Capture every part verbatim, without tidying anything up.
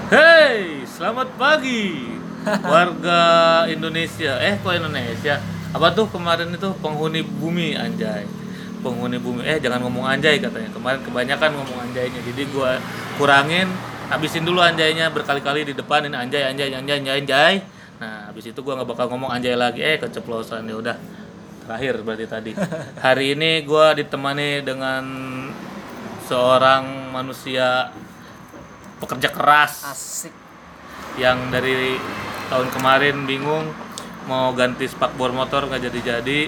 Hey, selamat pagi warga Indonesia. Eh, kok Indonesia? Apa tuh kemarin itu penghuni bumi anjay. Penghuni bumi. Eh, jangan ngomong anjay katanya. Kemarin kebanyakan ngomong anjaynya. Jadi gua kurangin, habisin dulu anjaynya berkali-kali di depan ini anjay anjay anjay anjay anjay. Nah, habis itu gua nggak bakal ngomong anjay lagi. Eh, keceplosan ya udah. Terakhir berarti tadi. Hari ini gua ditemani dengan seorang manusia pekerja keras Asik. yang dari tahun kemarin bingung mau ganti spakbor motor nggak jadi-jadi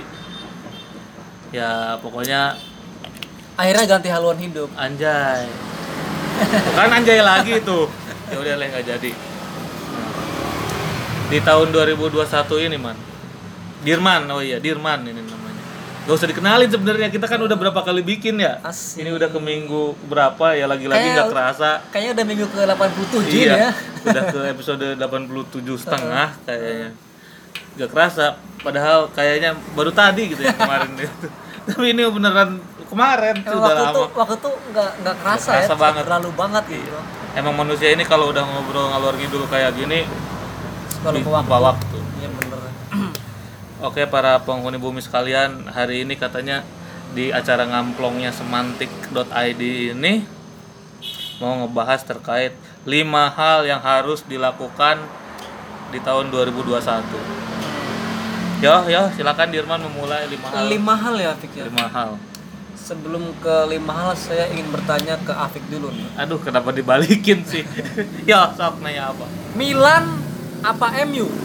ya pokoknya Akhirnya ganti haluan hidup. anjay bukan anjay lagi tuh ya udah lah nggak jadi. Nah, di tahun dua ribu dua puluh satu ini man Dirman oh iya Dirman ini namanya gak usah dikenalin sebenarnya, kita kan udah berapa kali bikin ya. Asik. Ini udah ke minggu berapa ya, lagi-lagi Kayak- nggak kerasa. Kayaknya udah minggu ke delapan puluh tujuh Iya, ya. udah ke episode delapan puluh tujuh setengah kayaknya. Gak kerasa, padahal kayaknya baru tadi gitu ya kemarin itu. Tapi ini beneran kemarin Emang sudah waktu lama. tuh waktu tuh nggak nggak kerasa kerasa ya. banget. Terlalu banget gitu. Iya. Emang manusia ini kalau udah ngobrol ngalor ngidul kayak gini, Kalau di- ke waktu. lupa waktu. Iya bener. Oke para penghuni bumi sekalian, hari ini katanya di acara ngamplongnya semantik dot i d ini mau ngebahas terkait lima hal yang harus dilakukan di tahun dua ribu dua puluh satu. Yo, yo, silakan Dirman memulai lima hal. Lima hal ya Afik ya. Lima hal. Sebelum ke lima hal saya ingin bertanya ke Afik dulu nih. Aduh, kenapa dibalikin sih? Yo, sok nanya apa? Milan apa M U?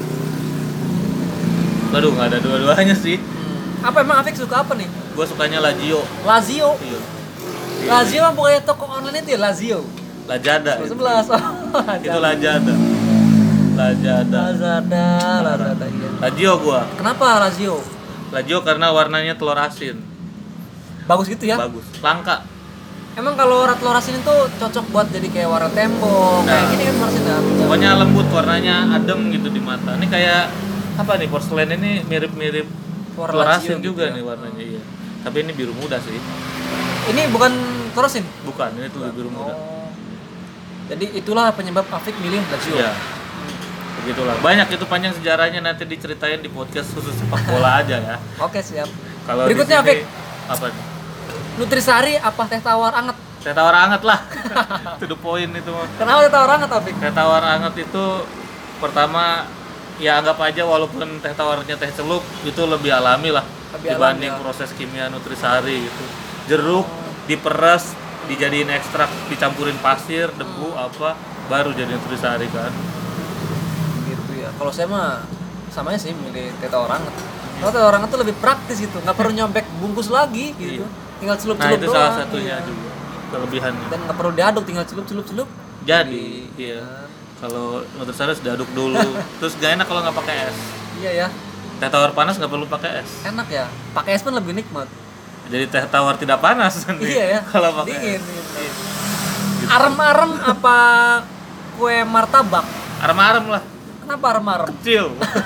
Aduh, nggak ada dua-duanya sih. Hmm. Apa emang Afik suka apa nih? Gue sukanya Lazio. Lazio. Iya. Lazio mah bukannya toko online itu ya Lazio. Lajada. itu. sebelas. Itu Lajada. Lajada. Lazada, Lazada iya. Lazio gua. Kenapa Lazio? Lazio karena warnanya telur asin. Bagus gitu ya? Bagus. Langka. Emang kalau rat telur asin itu cocok buat jadi kayak warna tembok, kayak Nah. gini kan harusnya dah. Pokoknya lembut, warnanya adem gitu di mata. Ini kayak apa nih, porselen ini mirip-mirip Warna telur Lazio asin gitu juga ya. nih warnanya, iya. Tapi ini biru muda sih. Ini bukan telur asin? Bukan, ini telur biru muda. Oh. Jadi itulah penyebab Afik milih Lazio. Iya. Begitulah. Banyak itu panjang sejarahnya, nanti diceritain di podcast khusus sepak bola aja ya. Oke, siap. Kalau di Berikutnya, sini, Afik. apa nih? Nutrisari apa teh tawar anget? Teh tawar anget lah. To the point itu mah. Kenapa teh tawar anget, Afik? Teh tawar anget itu pertama ya anggap aja walaupun teh tawarnya teh celup itu lebih alami lah Lebih dibanding alami, ya. proses kimia nutrisari gitu. Jeruk diperes, dijadiin ekstrak, dicampurin pasir, debu apa baru jadi nutrisari kan. Gitu ya. Kalau saya mah samanya sih milih teh tawar anget. Kalau teh tawar anget tuh lebih praktis gitu, nggak perlu nyobek bungkus lagi gitu. Iya. Tinggal Nah, celup-celup itu doang. salah satunya iya. juga kelebihannya. Dan nggak perlu diaduk, tinggal celup-celup-celup. Jadi, iya. Kalau nutrisari harus diaduk dulu. Terus gak enak kalau nggak pakai es. Iya ya, Teh tawar panas nggak perlu pakai es. enak ya. Pakai es pun lebih nikmat. Jadi teh tawar tidak panas nih. Iya ya. Kalau pakai Dingin. es. gitu. Iya. Arem-arem apa kue martabak? Arem-arem lah. Kenapa arem-arem? Kecil.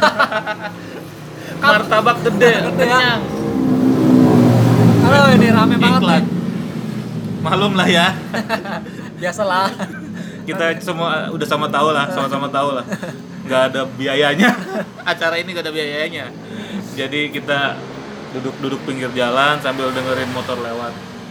Martabak gede, Gede ya. kenyang. Halo, ini rame banget Iklan. nih. Malum lah ya. Biasalah. Kita semua udah sama tahu lah, sama-sama tahu lah. Nggak ada biayanya. Acara ini nggak ada biayanya. Jadi kita duduk-duduk pinggir jalan sambil dengerin motor lewat.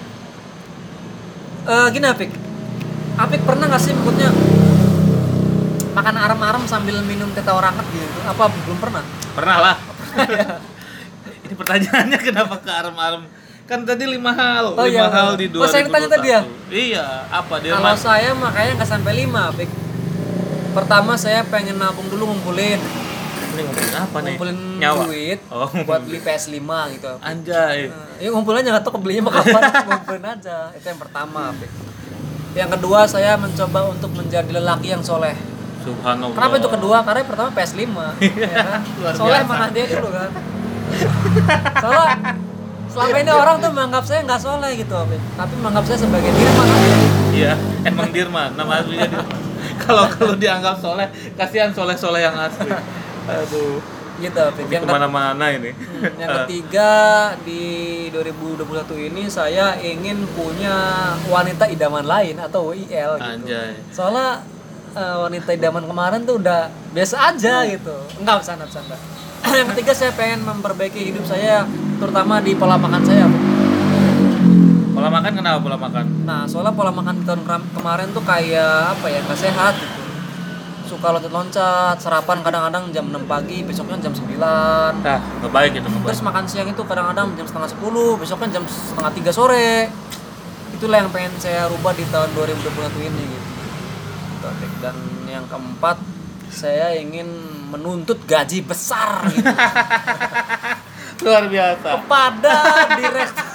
Eh gini Apik. Apik pernah nggak sih maksudnya makan arem-arem sambil minum teh tawar anget gitu? Apa belum pernah? Pernah lah. Ini pertanyaannya kenapa ke arem-arem? Kan tadi lima hal, Oh, lima iya. hal di Oh, dua ribu dua puluh satu. saya yang tanya tadi ya? Iya, apa dia? Kalau saya makanya nggak sampai lima Apik. Pertama saya pengen nabung dulu ngumpulin, Ini ngomongin apa nih? ngumpulin Nyawa. duit Oh, buat beli P S lima gitu. Apik. Anjay. Nah, ya ngumpulin aja nggak tahu belinya mau kapan, ngumpulin aja. Itu yang pertama Apik. Yang kedua saya mencoba untuk menjadi lelaki yang soleh. Subhanallah. Kenapa itu kedua? Karena yang pertama P S lima ya kan? Luar Soleh biasa. mana dia dulu kan. Soalnya selama ini orang tuh menganggap saya nggak soleh gitu, Apik. Tapi menganggap saya sebagai dirman aja. Iya, emang Dirman, nama aslinya Dirman. Kalau kalau dianggap soleh, kasihan soleh-soleh yang asli. Aduh, Gitu, Apik. ini Yang, ke- kemana-mana ini. hmm, yang ketiga di dua ribu dua puluh satu ini saya ingin punya wanita idaman lain atau W I L gitu. Anjay. Soalnya eh, wanita idaman kemarin tuh udah biasa aja gitu. Enggak, bercanda bercanda. Yang ketiga, saya pengen memperbaiki hidup saya, terutama di pola makan saya. Pola makan kenapa pola makan? Nah, soalnya pola makan di tahun kram- kemarin tuh kayak apa ya, nggak sehat gitu. Suka loncat-loncat, sarapan kadang-kadang jam enam pagi, besoknya jam sembilan. Nah, nggak baik itu, nggak baik. Terus makan siang itu kadang-kadang jam setengah sepuluh, besoknya jam setengah tiga sore. Itulah yang pengen saya rubah di tahun dua ribu dua puluh satu ini gitu. Gitu, Apik. Dan yang keempat, saya ingin menuntut gaji besar gitu Luar biasa. kepada direktur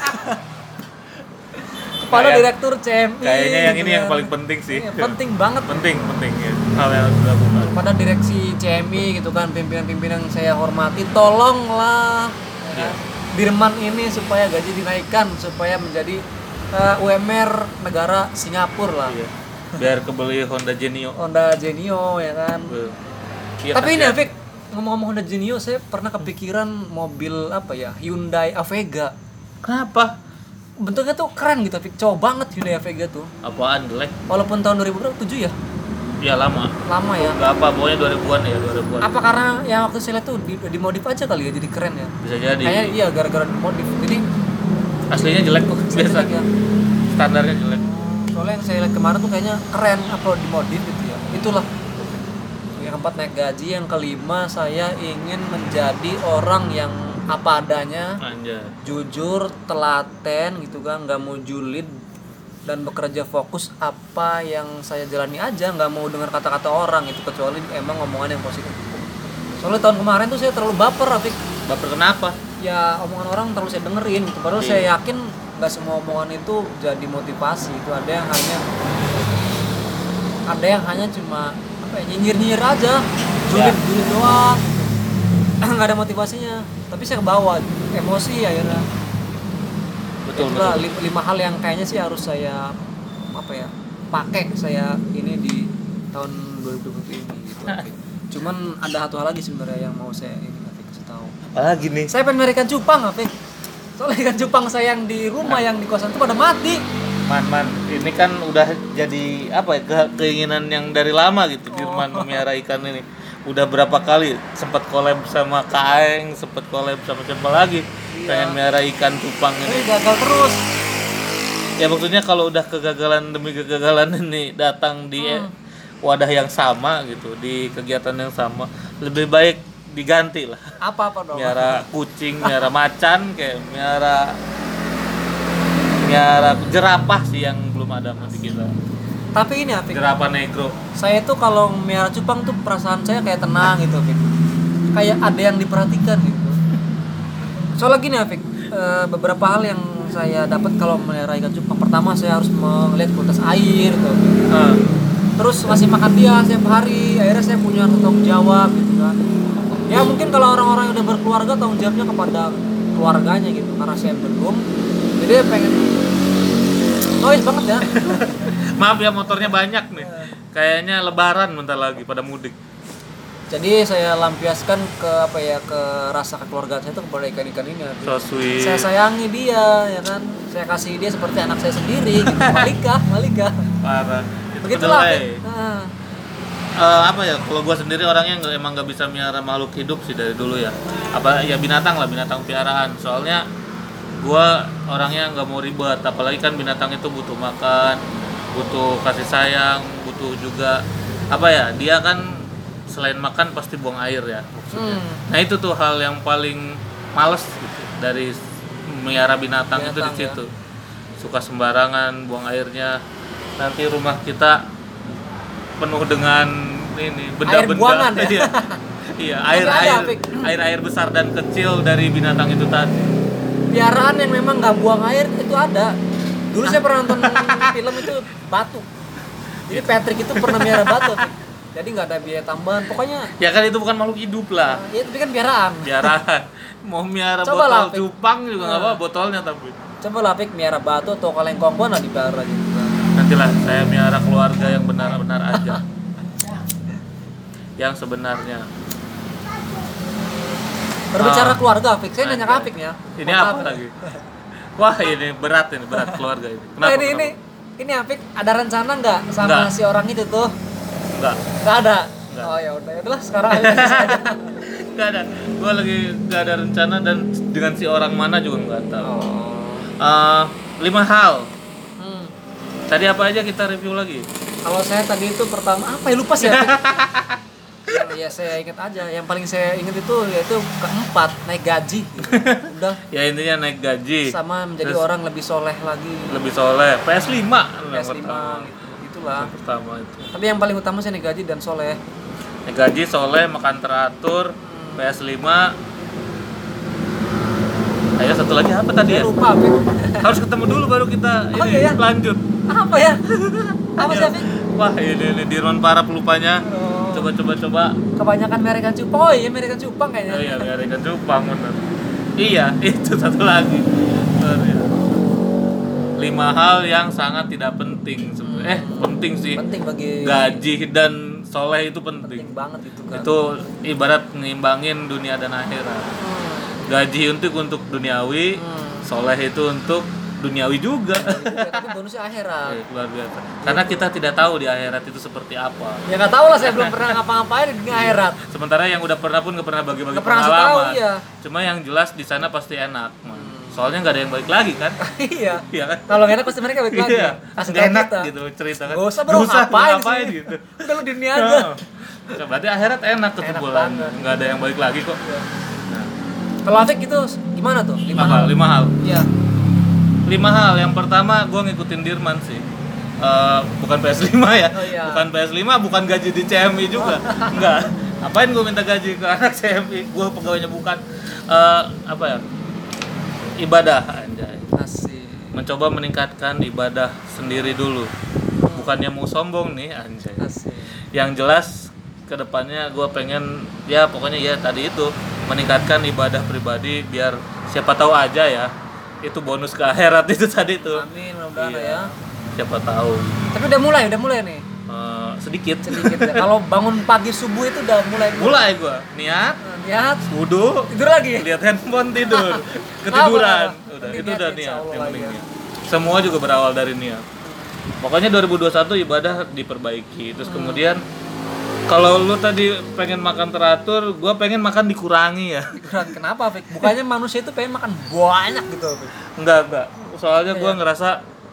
kepada Kayak- direktur C M I. Kayaknya yang gitu ini yang kan. paling penting sih. Iya, penting banget. Penting, penting ya. Hal yang harus dilakukan. Kepada direksi C M I gitu kan, pimpinan-pimpinan yang saya hormati, tolonglah ya kan, Dirman ini supaya gaji dinaikkan, supaya menjadi uh, U M R negara Singapura lah. Iya. Biar kebeli Honda Genio. Honda Genio ya kan. Iya, Tapi ini kasihan. Afik, ngomong-ngomong Honda Genio, saya pernah kepikiran mobil apa ya, Hyundai Avega. Kenapa? Bentuknya tuh keren gitu, Afik. Cowok banget Hyundai Avega tuh. Apaan jelek? Walaupun tahun dua ribu tujuh ya, Iya lama. lama ya. Gak apa, pokoknya dua ribuan ya, dua ribuan. Apa karena yang waktu saya lihat tuh di, dimodif aja kali ya, jadi keren ya. Bisa jadi. Kayaknya iya gara-gara dimodif. Jadi Aslinya jelek kok, saya biasa. jelek ya. Standarnya jelek. Soalnya yang saya lihat kemarin tuh kayaknya keren apa dimodif gitu ya. Itulah. Yang keempat naik gaji, yang kelima saya ingin menjadi orang yang apa adanya, Anjay. jujur, telaten gitu kan, nggak mau julid dan bekerja fokus apa yang saya jalani aja, nggak mau dengar kata-kata orang itu kecuali emang ngomongan yang positif. Soalnya tahun kemarin tuh saya terlalu baper, Afik. Baper kenapa? Ya omongan orang terlalu saya dengerin gitu. Padahal Iya. saya yakin nggak semua omongan itu jadi motivasi. Itu ada yang hanya ada yang hanya cuma apa ya, nyinyir-nyinyir aja, julid-julid doang gitu. Nggak ada motivasinya. Tapi saya kebawa emosi akhirnya. Betul, Itulah betul. li- lima hal yang kayaknya sih harus saya apa ya pakai saya ini di tahun dua ribu dua puluh ini gitu. Afik. Cuman ada satu hal lagi sebenarnya yang mau saya ini Afik kasih tahu. Apalagi nih? Saya pengen makan ikan cupang, Afik. Soalnya ikan cupang saya yang di rumah, yang di kosan itu pada mati. Man, man, ini kan udah jadi apa ya ke- keinginan yang dari lama gitu, Dirman memelihara ikan ini. Udah berapa kali sempat collab sama Kaeng, sempat collab sama siapa lagi, pengen melihara ikan cupang Ini ini. gagal terus. Ya maksudnya kalau udah kegagalan demi kegagalan ini datang di wadah yang sama gitu, di kegiatan yang sama, lebih baik diganti lah. Apa-apa dong. Miara kucing, miara macan, kayak miara miara jerapah sih yang belum ada masih kita. Tapi ini Afik, Jerapah negro. saya tuh kalau melihara cupang tuh perasaan saya kayak tenang gitu, Afik. Kayak ada yang diperhatikan gitu. Soalnya gini Afik, eh, beberapa hal yang saya dapat kalau melihara ikan cupang. Pertama, saya harus melihat kualitas air gitu. Ah, Terus ngasih makan dia setiap hari. Akhirnya saya punya tanggung jawab gitu kan. Ya mungkin kalau orang-orang yang udah berkeluarga, tanggung jawabnya kepada keluarganya gitu. Karena saya belum, jadi pengen noise banget ya. maaf ya motornya banyak nih. Kayaknya lebaran bentar lagi pada mudik. Jadi saya lampiaskan ke apa ya, ke rasa kekeluargaan saya itu kepada ikan-ikan ini. Afik. So sweet. Saya sayangi dia ya kan. Saya kasih dia seperti anak saya sendiri gitu. Malika, Malika. Parah. Itu Begitulah. kedelai. Afik. Nah, Eh, apa ya? Kalau gua sendiri orangnya nggak emang nggak bisa miara makhluk hidup sih dari dulu ya. Apa ya binatang lah, binatang piaraan. Soalnya gua orangnya nggak mau ribet. Apalagi kan binatang itu butuh makan, butuh kasih sayang, butuh juga apa ya? Dia kan selain makan pasti buang air ya maksudnya. Hmm. Nah itu tuh hal yang paling males gitu dari miara binatang, itu di Binatang, ya. situ. Suka sembarangan buang airnya. Nanti rumah kita penuh dengan ini benda-benda. Air buangan ya? Iya. Iya, air Tapi ada, air Afik. air air besar dan kecil dari binatang itu tadi. piaraan yang memang nggak buang air itu ada. Dulu saya pernah nonton film itu batu. Jadi Patrick itu pernah miara batu. Afik. Jadi nggak ada biaya tambahan. Pokoknya Ya kan itu bukan makhluk hidup lah. ya tapi kan piaraan. Piaraan. Mau miara Coba lah, botol Afik. cupang juga nggak Nah. apa botolnya tapi. Coba lah Pik miara batu atau kaleng kongkon lah dipelihara gitu. Nantilah saya miara keluarga yang benar-benar aja. Yang sebenarnya. Berbicara Ah. keluarga Afik, saya nanya ke Anjay. Afik nih ya. Ini Mohon apa maaf. lagi? Wah ini berat ini berat keluarga ini. Kenapa? Nah, ini, kenapa? ini ini Afik ada rencana nggak sama Nggak. si orang itu tuh? Enggak. Nggak ada. Nggak. Oh ya udah, itulah sekarang aja aja. Enggak ada. Gua lagi enggak ada rencana dan dengan si orang mana juga enggak tahu. Oh. Eh, lima hal. Hmm. Tadi apa aja kita review lagi? Kalau saya tadi itu pertama apa ya lupa sih ya. Ya saya ingat aja. Yang paling saya ingat itu yaitu keempat naik gaji. Gitu. Udah. Ya intinya naik gaji. Sama menjadi Terus orang lebih soleh lagi. lebih soleh. P S lima P S lima gitu. Itulah. Yang pertama itu. Tapi yang paling utama sih naik gaji dan soleh. Naik gaji, soleh, makan teratur, Hmm. P S lima. Ayo satu lagi apa tadi ya? Dia lupa, Fik. Harus ketemu dulu baru kita Oh, ini iya ya? lanjut. Apa ya? Apa sih, Fik? Wah ini, ini Dirman para pelupanya. Oh. Coba coba coba. Kebanyakan merekan cupang. Oh iya, merekan cupang kayaknya. Oh iya biarkan cupang bener. Iya itu satu lagi. Bener, ya. Lima hal yang sangat tidak penting sebenarnya. Eh penting sih. Penting bagi Gaji dan soleh itu penting. penting banget itu kan. Itu ibarat ngeimbangin dunia dan akhirat. Hmm. Gaji untuk untuk duniawi, Hmm. soleh itu untuk duniawi juga. Ya, tapi bonusnya akhirat. Eh, luar biasa. Karena kita tidak tahu di akhirat itu seperti apa. Ya nggak tahu lah, saya belum pernah ngapa-ngapain di dunia akhirat. Sementara yang udah pernah pun nggak pernah bagi-bagi Nggak pernah ngasih tahu, pengalaman. iya. Cuma yang jelas di sana pasti enak. Man. Soalnya nggak ada yang balik lagi kan? Iya. Iya kan? Kalau nggak enak pasti mereka balik lagi. Iya. Langsung Nggak kayak enak kita. gitu cerita kan. Gak usah bro, Nggak usah, ngapain, ngapain sih? gitu. Udah lu di dunia aja. Nah, berarti akhirat enak kesimpulan. banget. Nggak ada yang balik lagi kok. Nah, Kalau Afik itu gimana tuh? Lima apa? hal. Lima hal. Iya. Lima hal. Yang pertama gue ngikutin Dirman sih. Eh, bukan P S lima ya. Oh, iya. Bukan P S lima, bukan gaji di C M I juga. Enggak. Apain gue minta gaji ke anak C M I? Gue pegawainya bukan. Eh, apa ya? Ibadah anjay. Asik. Mencoba meningkatkan ibadah sendiri dulu. Bukannya mau sombong nih anjay. Asik. Yang jelas kedepannya gue pengen ya pokoknya ya tadi itu meningkatkan ibadah pribadi biar siapa tahu aja ya itu bonus ke akhirat itu tadi tuh. Amin, mudah-mudahan Iya. ya. Siapa tahu. Tapi udah mulai, udah mulai nih. Eh, sedikit Sedikit ya. Kalau bangun pagi subuh itu udah mulai. mulai gue niat Nah, Lihat, wudhu tidur lagi. lihat handphone tidur ketiduran Apa-apa? udah Penting itu niat, udah insya niat Allah yang lah penting ya. niat. Semua juga berawal dari niat. Pokoknya dua ribu dua puluh satu ibadah diperbaiki. Terus kemudian kalau lu tadi pengen makan teratur, gua pengen makan dikurangi ya. Kurang kenapa, Fik? Bukannya manusia itu pengen makan banyak gitu, Fik. Enggak, enggak. Soalnya gua Iya. ngerasa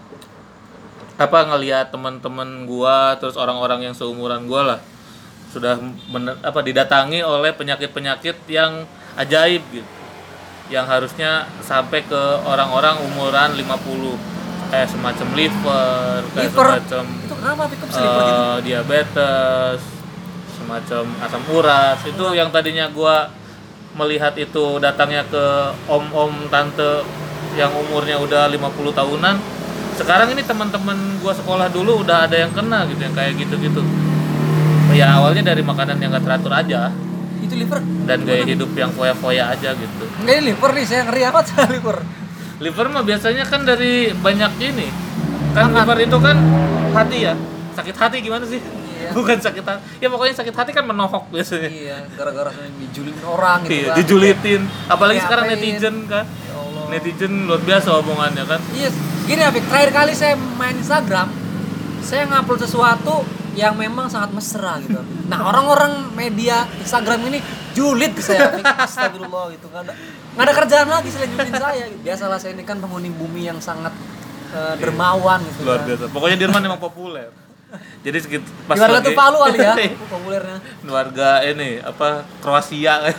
apa ngelihat teman-teman gua terus orang-orang yang seumuran gua lah sudah bener, apa didatangi oleh penyakit-penyakit yang ajaib gitu. Yang harusnya sampai ke orang-orang umuran lima puluh kayak semacam liver, kayak Liver? semacam Itu kenapa, Fik? Kok bisa liver gitu? eh, diabetes, semacam asam urat. Itu yang tadinya gua melihat itu datangnya ke om-om tante yang umurnya udah lima puluh tahunan. Sekarang ini teman-teman gua sekolah dulu udah ada yang kena gitu yang kayak gitu-gitu. Ya awalnya dari makanan yang gak teratur aja Itu liver. dan gaya hidup yang foya-foya aja gitu. Enggak, ini liver nih, saya ngeri amat sama liver. Liver mah biasanya kan dari banyak ini. Kan Makan. liver itu kan hati ya. Sakit hati gimana sih? Iya. Bukan sakit hati. Ya pokoknya sakit hati kan menohok biasanya. Iya, gara-gara saya dijulin orang gitu Iya, kan. dijulitin. Apalagi Diapain. sekarang netizen kan. Ya Allah. Netizen luar biasa omongannya kan. Iya, gini ya, Fik. Terakhir kali saya main Instagram, saya ngupload sesuatu yang memang sangat mesra gitu. Nah, orang-orang media Instagram ini julid ke saya, Fik. Astagfirullah gitu kan. Nggak ada kerjaan lagi selain julid saya. Biasalah saya ini kan penghuni bumi yang sangat eh, dermawan gitu. Luar kan. biasa. Pokoknya Dirman emang populer. Jadi sedikit pas Di warga lagi Tuvalu kali ya, populernya. warga ini apa Kroasia.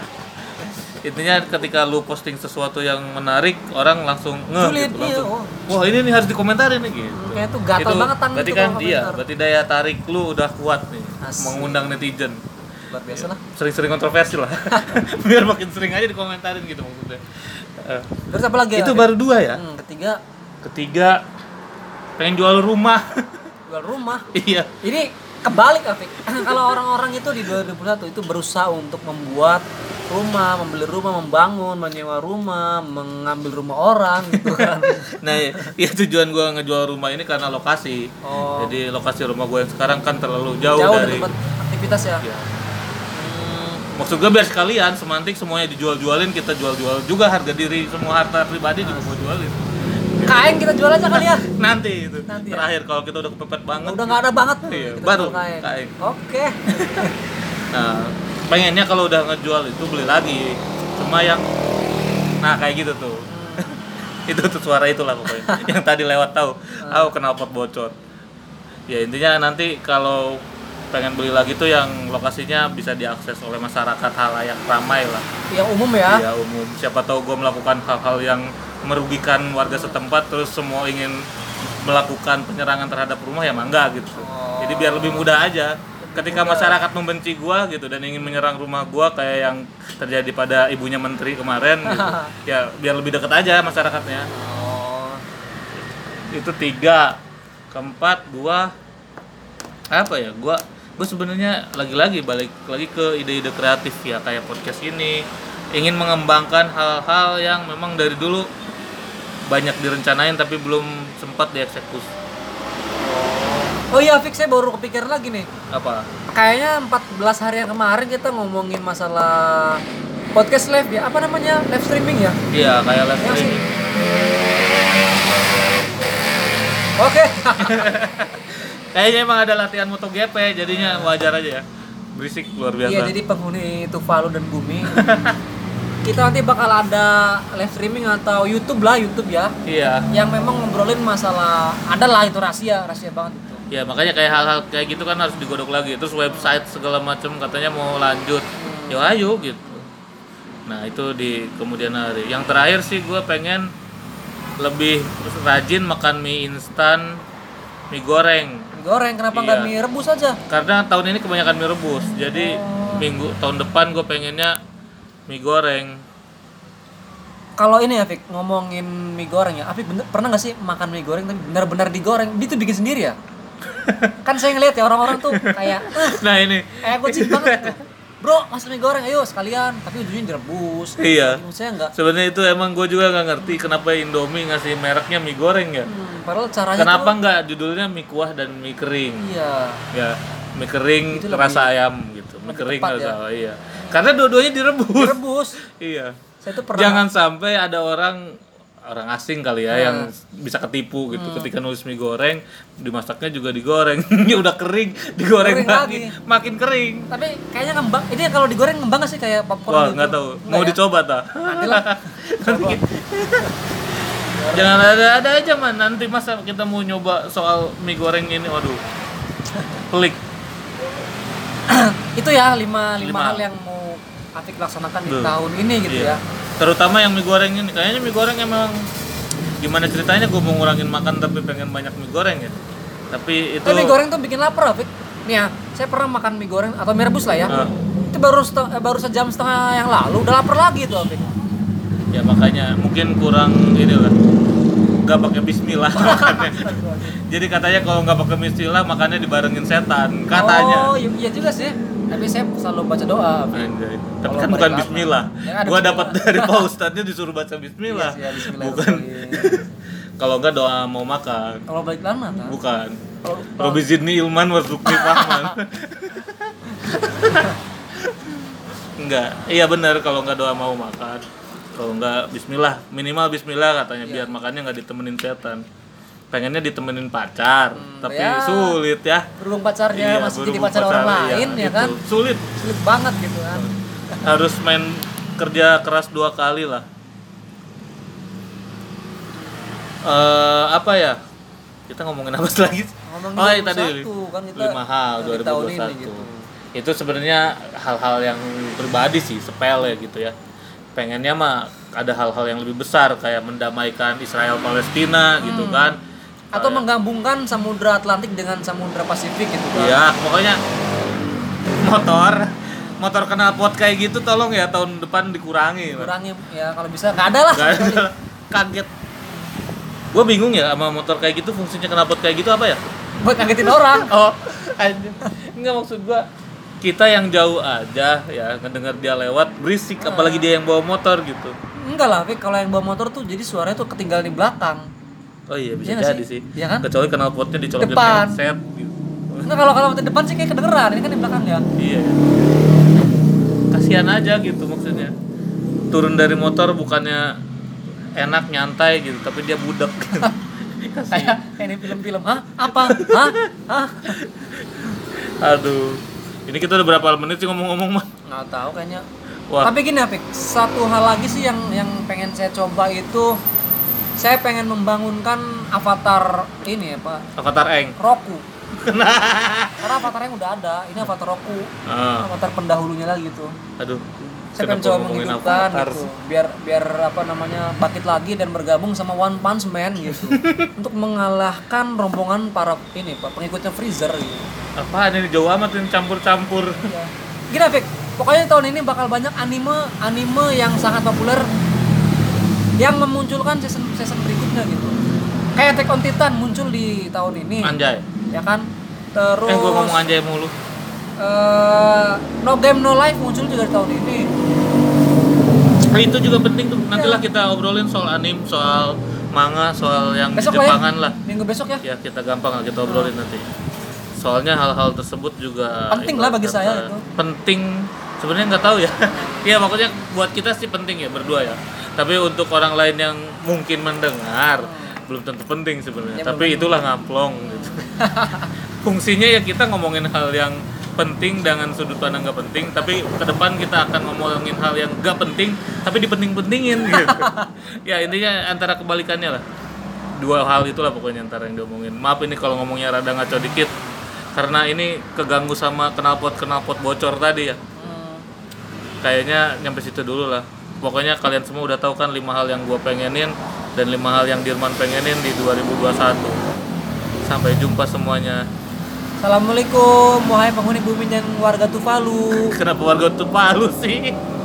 Intinya ketika lu posting sesuatu yang menarik, orang langsung ngeh Julid, gitu, iya, langsung. oh. Wah, ini nih harus dikomentarin nih gitu. Kayak tuh gatal banget tangan berarti itu kan kalau iya, komentar. berarti daya tarik lu udah kuat nih Asik. mengundang netizen. Luar biasa lah. Sering-sering kontroversi lah. Biar makin sering aja dikomentarin gitu maksudnya. Eh, Terus apa lagi? itu ya, baru dua ya. Hmm, ketiga, Ketiga pengen jual rumah. jual rumah. Iya. Ini kebalik, Afik. Kalau orang-orang itu di dua ribu satu itu berusaha untuk membuat rumah, membeli rumah, membangun, menyewa rumah, mengambil rumah orang gitu kan. Nah, ya tujuan gua ngejual rumah ini karena lokasi. Oh. Jadi lokasi rumah gua yang sekarang kan terlalu jauh, Jauh dari dari tempat aktivitas ya. ya. Hmm, Maksud gua biar sekalian semantik semuanya dijual-jualin, kita jual-jual juga harga diri semua harta pribadi juga gua jualin. Kain kita jual aja kali ya. Nanti itu. Nanti ya? Terakhir kalau kita udah kepepet banget. Udah nggak ada banget. Iya, kita baru jual kain. kain. Oke. Nah, pengennya kalau udah ngejual itu beli lagi. Cuma yang nah kayak gitu tuh. Itu tuh suara itulah pokoknya. Yang tadi lewat tahu. Aku knalpot bocor. Ya intinya nanti kalau pengen beli lagi tuh yang lokasinya bisa diakses oleh masyarakat halayak ramai lah. Yang umum ya. Iya umum. Siapa tahu gue melakukan hal-hal yang merugikan warga setempat terus semua ingin melakukan penyerangan terhadap rumah ya mangga gitu. Oh. Jadi biar lebih mudah aja. Ketika masyarakat membenci gua gitu dan ingin menyerang rumah gua kayak yang terjadi pada ibunya menteri kemarin gitu. Ya biar lebih dekat aja masyarakatnya. Oh. Itu tiga. Keempat gua apa ya? Gua gua sebenarnya lagi-lagi balik lagi ke ide-ide kreatif ya kayak podcast ini. Ingin mengembangkan hal-hal yang memang dari dulu banyak direncanain tapi belum sempat dieksekusi. Oh iya, Fix, saya baru kepikiran lagi nih. Apa? Kayaknya empat belas hari yang kemarin kita ngomongin masalah podcast live ya. Apa namanya? Live streaming ya? Iya, kayak live Iya sih. streaming. Oke. Kayaknya emang ada latihan MotoGP, jadinya wajar aja ya. Berisik luar biasa. Iya, jadi penghuni Tuvalu dan Bumi. Kita nanti bakal ada live streaming atau YouTube lah, YouTube ya. Iya. Yang memang ngobrolin masalah, ada lah itu rahasia, rahasia banget itu. Ya makanya kayak hal-hal kayak gitu kan harus digodok lagi. Terus website segala macam katanya mau lanjut. Ya ayo gitu. Nah itu di kemudian hari. Yang terakhir sih gue pengen lebih rajin makan mie instan, mie goreng. Mie goreng, kenapa nggak Iya. mie rebus aja? Karena tahun ini kebanyakan mie rebus. Jadi Oh. minggu tahun depan gue pengennya mie goreng. Kalau ini ya, Fik, ngomongin mie goreng ya. Afik bener, pernah nggak sih makan mie goreng tapi benar-benar digoreng? Dia tuh bikin sendiri ya? Kan saya ngeliat ya orang-orang tuh kayak eh, Nah ini. kayak kucing banget gitu. Bro, masak mie goreng ayo sekalian, tapi ujungnya direbus. Iya. Menurut saya enggak. Sebenarnya itu emang gue juga nggak ngerti kenapa Indomie ngasih mereknya mie goreng ya. Hmm, padahal caranya Kenapa tuh, nggak judulnya mie kuah dan mie kering? iya. Ya, mie kering Itu rasa lebih- ayam gitu. Mie lebih kering tepat rasa ya. ayam, iya. Karena dua-duanya direbus. Direbus. Iya. Saya tuh pernah Jangan sampai ada orang orang asing kali ya Nah. yang bisa ketipu gitu ketika nulis mie goreng dimasaknya juga digoreng. Ya udah kering, digoreng Goreng lagi, lagi. makin kering. tapi kayaknya ngembang. Ini kalau digoreng ngembang nggak sih kayak popcorn Wah, gitu? nggak tahu. Nggak Mau ya? dicoba tak? Nanti lah. Coba. Jangan ada-ada aja man. Nanti masa kita mau nyoba soal mie goreng ini, waduh. Pelik. Itu ya lima, lima Lima. hal yang mau Afik laksanakan di Tuh. tahun ini gitu Iya. ya. Terutama yang mie goreng ini. Kayaknya mie goreng emang gimana ceritanya gue mau ngurangin makan tapi pengen banyak mie goreng ya. Tapi itu Tapi mie goreng tuh bikin lapar, Afik. Nih ya, saya pernah makan mie goreng atau mie rebus lah ya. Ah. Itu baru seteng- eh, baru sejam setengah yang lalu udah lapar lagi tuh, Afik. ya makanya mungkin kurang ini lah. Gak pakai bismillah makannya. Jadi katanya kalau nggak pakai bismillah makannya dibarengin setan katanya. Oh, iya, iya juga sih. Tapi saya selalu baca doa, Afik. Anjay. Tapi Kalau kan bukan beribadah. bismillah. Ya, ada Gua bismillah. dapat dari Pak Ustadznya disuruh baca bismillah. Iya sih, ya, bismillah. Bukan. Kalau enggak doa mau makan. Kalau balik lama kan. Bukan. Kalau Robi zidni ilman warzuqni fahman. Enggak. Iya benar kalau enggak doa mau makan. Kalau enggak bismillah, minimal bismillah katanya Iya. biar makannya enggak ditemenin setan. Pengennya ditemenin pacar, Hmm, tapi ya. sulit ya. berhubung pacarnya Iya, masih jadi berhubung pacar orang iya, lain ya gitu. kan. Sulit. Sulit banget gitu kan. Harus main kerja keras dua kali lah. Eh apa ya? Kita ngomongin apa lagi? Ngomongin oh, iya, dua ribu dua puluh tadi satu, kan kita lima hal dari dua ribu tahun dua puluh satu. ini gitu. Itu sebenarnya hal-hal yang pribadi sih, sepele gitu ya. Pengennya mah ada hal-hal yang lebih besar kayak mendamaikan Israel Palestina gitu Hmm. kan. Atau Kayak- menggabungkan Samudra Atlantik dengan Samudra Pasifik gitu kan. Iya, pokoknya motor motor knalpot kayak gitu tolong ya tahun depan dikurangi. Man. Kurangi ya kalau bisa nggak ada lah. Gak ada, kaget. Gue bingung ya sama motor kayak gitu, fungsinya knalpot kayak gitu apa ya? Buat ngagetin orang. Oh, anjir. Enggak maksud gua kita yang jauh aja ya ngedenger dia lewat berisik, apalagi dia yang bawa motor gitu. Enggak lah, Fik, kalau yang bawa motor tuh jadi suaranya tuh ketinggalan di belakang. Oh iya bisa Iya nggak jadi sih? sih. Iya kan? Kecuali knalpotnya dicolokin Depan. headset gitu. Enggak, kalau kalau di depan sih kayak kedengeran, ini kan di belakang ya. Iya. Kasihan aja gitu maksudnya. Turun dari motor bukannya enak nyantai gitu, tapi dia budak gitu. Kayak kayak di film-film. Hah? Apa? Hah? Hah? Aduh, ini kita udah berapa menit sih ngomong-ngomong mah? Nggak tahu kayaknya. Wah. Tapi gini Apik, satu hal lagi sih yang yang pengen saya coba itu, saya pengen membangunkan avatar ini ya Pak, Avatar Eng. Roku. Karena avatar yang udah ada, ini avatar Roku, Ah. avatar pendahulunya lagi gitu. Aduh. Saya pengen kenapa coba ngomongin menghidupkan Avatar gitu, sih? biar biar apa namanya bangkit lagi dan bergabung sama One Punch Man gitu, untuk mengalahkan rombongan para ini Pak pengikutnya Freezer gitu. Apaan ini jauh amat ini campur-campur. Ya. Gini Apik, pokoknya tahun ini bakal banyak anime anime yang sangat populer yang memunculkan season season berikutnya gitu. Kayak Attack on Titan muncul di tahun ini. Anjay. Ya kan? Terus Eh gua ngomong anjay mulu. eh, No Game No Life muncul juga di tahun ini. Nah, itu juga penting tuh. Nantilah Ya. kita obrolin soal anime, soal manga, soal yang Besok Jepangan lah lah. ya. Minggu besok ya. Ya kita gampang lah kita obrolin nanti. Soalnya hal-hal tersebut juga Penting lah bagi ibarat saya kata, itu. Penting sebenarnya nggak tahu ya. Iya maksudnya buat kita sih penting ya berdua ya. Tapi untuk orang lain yang mungkin mendengar belum tentu penting sebenarnya. Ya, Tapi belum itulah ngamplong gitu. Fungsinya ya kita ngomongin hal yang penting dengan sudut pandang gak penting, tapi ke depan kita akan ngomongin hal yang gak penting tapi dipenting-pentingin gitu. Ya intinya antara kebalikannya lah. Dua hal itulah pokoknya antara yang diomongin. Maaf ini kalau ngomongnya rada ngaco dikit karena ini keganggu sama knalpot-knalpot bocor tadi ya. Hmm. Kayaknya nyampe situ dulu lah. Pokoknya kalian semua udah tahu kan lima hal yang gua pengenin dan lima hal yang Dirman pengenin di dua ribu dua puluh satu. Sampai jumpa semuanya. Assalamualaikum, wahai penghuni bumi dan warga Tuvalu. Kenapa warga Tuvalu sih?